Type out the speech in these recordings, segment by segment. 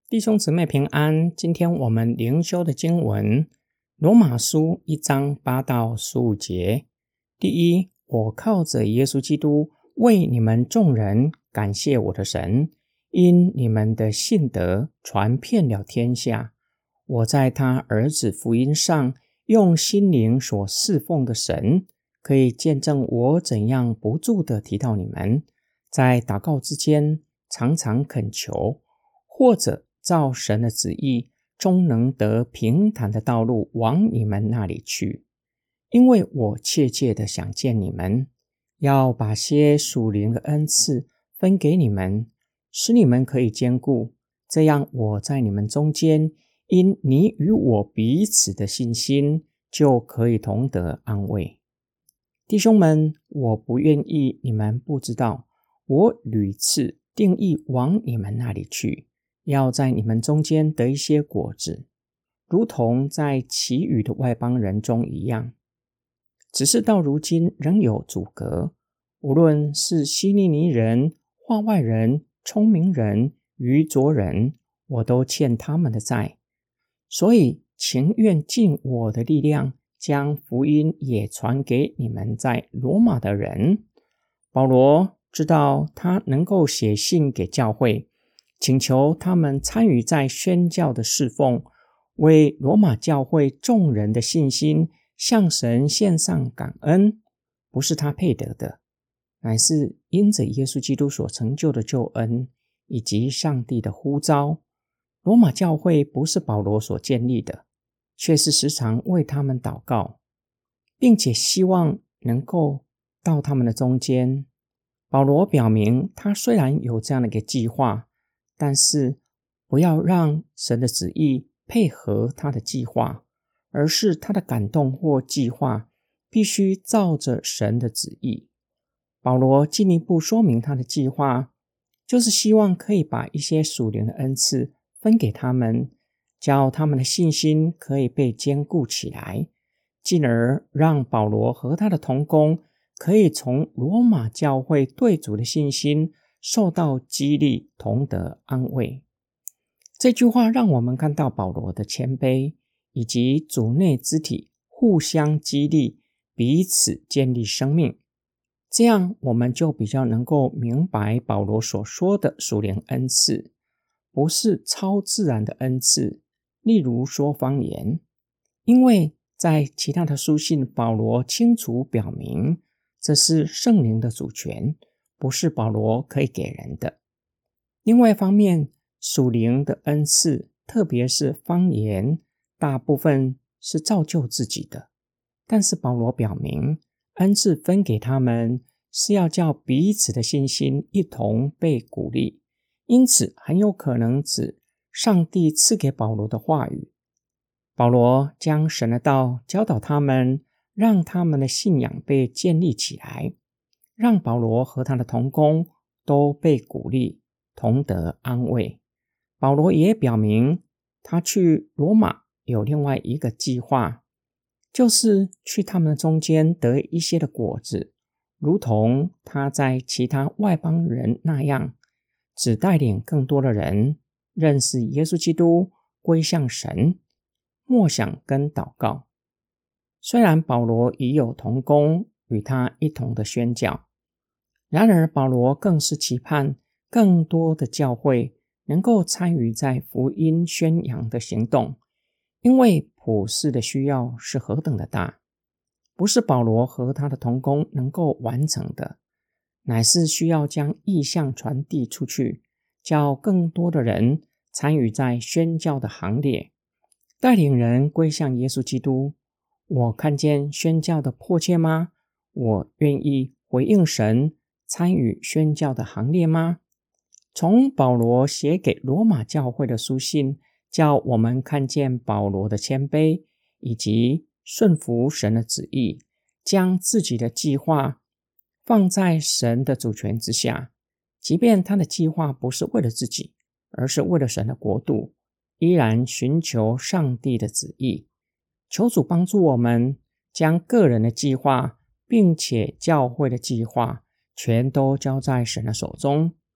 弟兄姊妹平安，今天我们灵修的经文罗马书1章8到15节。第一，我靠着耶稣基督为你们众人感谢我的神，因你们的信德传遍了天下。我在他儿子福音上用心灵所侍奉的神，可以见证我怎样不住地提到你们，在祷告之间常常恳求，或者照神的旨意，终能得平坦的道路往你们那里去。因为我切切地想见你们，要把些属灵的恩赐分给你们，使你们可以兼顾，这样我在你们中间，因你与我彼此的信心，就可以同得安慰。弟兄们，我不愿意你们不知道，我屡次定义往你们那里去，要在你们中间得一些果子，如同在其余的外邦人中一样。只是到如今仍有阻隔，无论是希利尼人、化外人、聪明人、愚拙人，我都欠他们的债，所以情愿尽我的力量，将福音也传给你们在罗马的人。保罗知道他能够写信给教会，请求他们参与在宣教的侍奉，为罗马教会众人的信心向神献上感恩，不是他配得的，乃是因着耶稣基督所成就的救恩，以及上帝的呼召。罗马教会不是保罗所建立的，却是时常为他们祷告，并且希望能够到他们的中间。保罗表明，他虽然有这样的一个计划，但是不要让神的旨意配合他的计划，而是他的感动或计划必须照着神的旨意。保罗进一步说明他的计划，就是希望可以把一些属灵的恩赐分给他们，叫他们的信心可以被坚固起来，进而让保罗和他的同工可以从罗马教会对主的信心受到激励，同得安慰。这句话让我们看到保罗的谦卑，以及主内肢体互相激励，彼此建立生命。这样我们就比较能够明白保罗所说的属灵恩赐，不是超自然的恩赐，例如说方言。因为在其他的书信，保罗清楚表明，这是圣灵的主权，不是保罗可以给人的。另外一方面，属灵的恩赐，特别是方言，大部分是造就自己的，但是保罗表明，恩赐分给他们，是要叫彼此的信心一同被鼓励，因此很有可能指上帝赐给保罗的话语。保罗将神的道教导他们，让他们的信仰被建立起来，让保罗和他的同工都被鼓励，同得安慰。保罗也表明，他去罗马有另外一个计划，就是去他们中间得一些的果子，如同他在其他外邦人那样，只带领更多的人认识耶稣基督，归向神，默想跟祷告。虽然保罗已有同工与他一同的宣教，然而保罗更是期盼更多的教会能够参与在福音宣扬的行动，因为普世的需要是何等的大，不是保罗和他的同工能够完成的，乃是需要将意象传递出去，叫更多的人参与在宣教的行列，带领人归向耶稣基督。我看见宣教的迫切吗？我愿意回应神，参与宣教的行列吗？从保罗写给罗马教会的书信，叫我们看见保罗的谦卑，以及顺服神的旨意，将自己的计划放在神的主权之下，即便他的计划不是为了自己，而是为了神的国度，依然寻求上帝的旨意。求主帮助我们将个人的计划，并且教会的计划全都交在神的手中，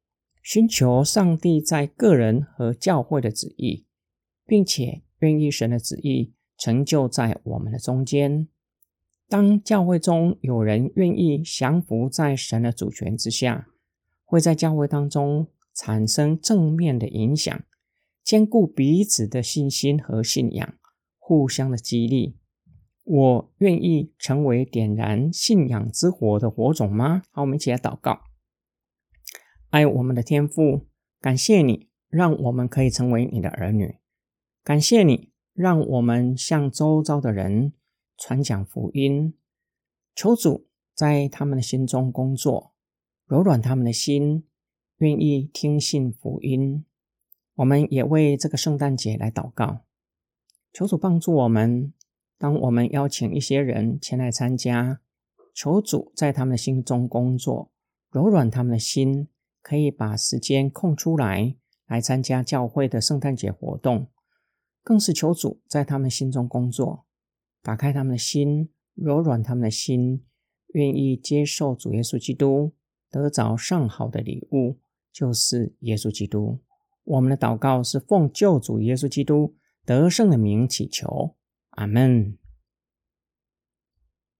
寻求上帝在个人和教会的旨意，并且愿意神的旨意成就在我们的中间。当教会中有人愿意降服在神的主权之下，会在教会当中产生正面的影响，兼顾彼此的信心和信仰，互相的激励。我愿意成为点燃信仰之火的火种吗？好，我们一起来祷告。爱我们的天父，感谢你让我们可以成为你的儿女，感谢你让我们向周遭的人传讲福音。求主在他们的心中工作，柔软他们的心，愿意听信福音。我们也为这个圣诞节来祷告，求主帮助我们，当我们邀请一些人前来参加，求主在他们的心中工作，柔软他们的心，可以把时间空出来参加教会的圣诞节活动。更是求主在他们心中工作，打开他们的心，柔软他们的心，愿意接受主耶稣基督，得着上好的礼物，就是耶稣基督。我们的祷告是奉救主耶稣基督得胜的名祈求，阿们。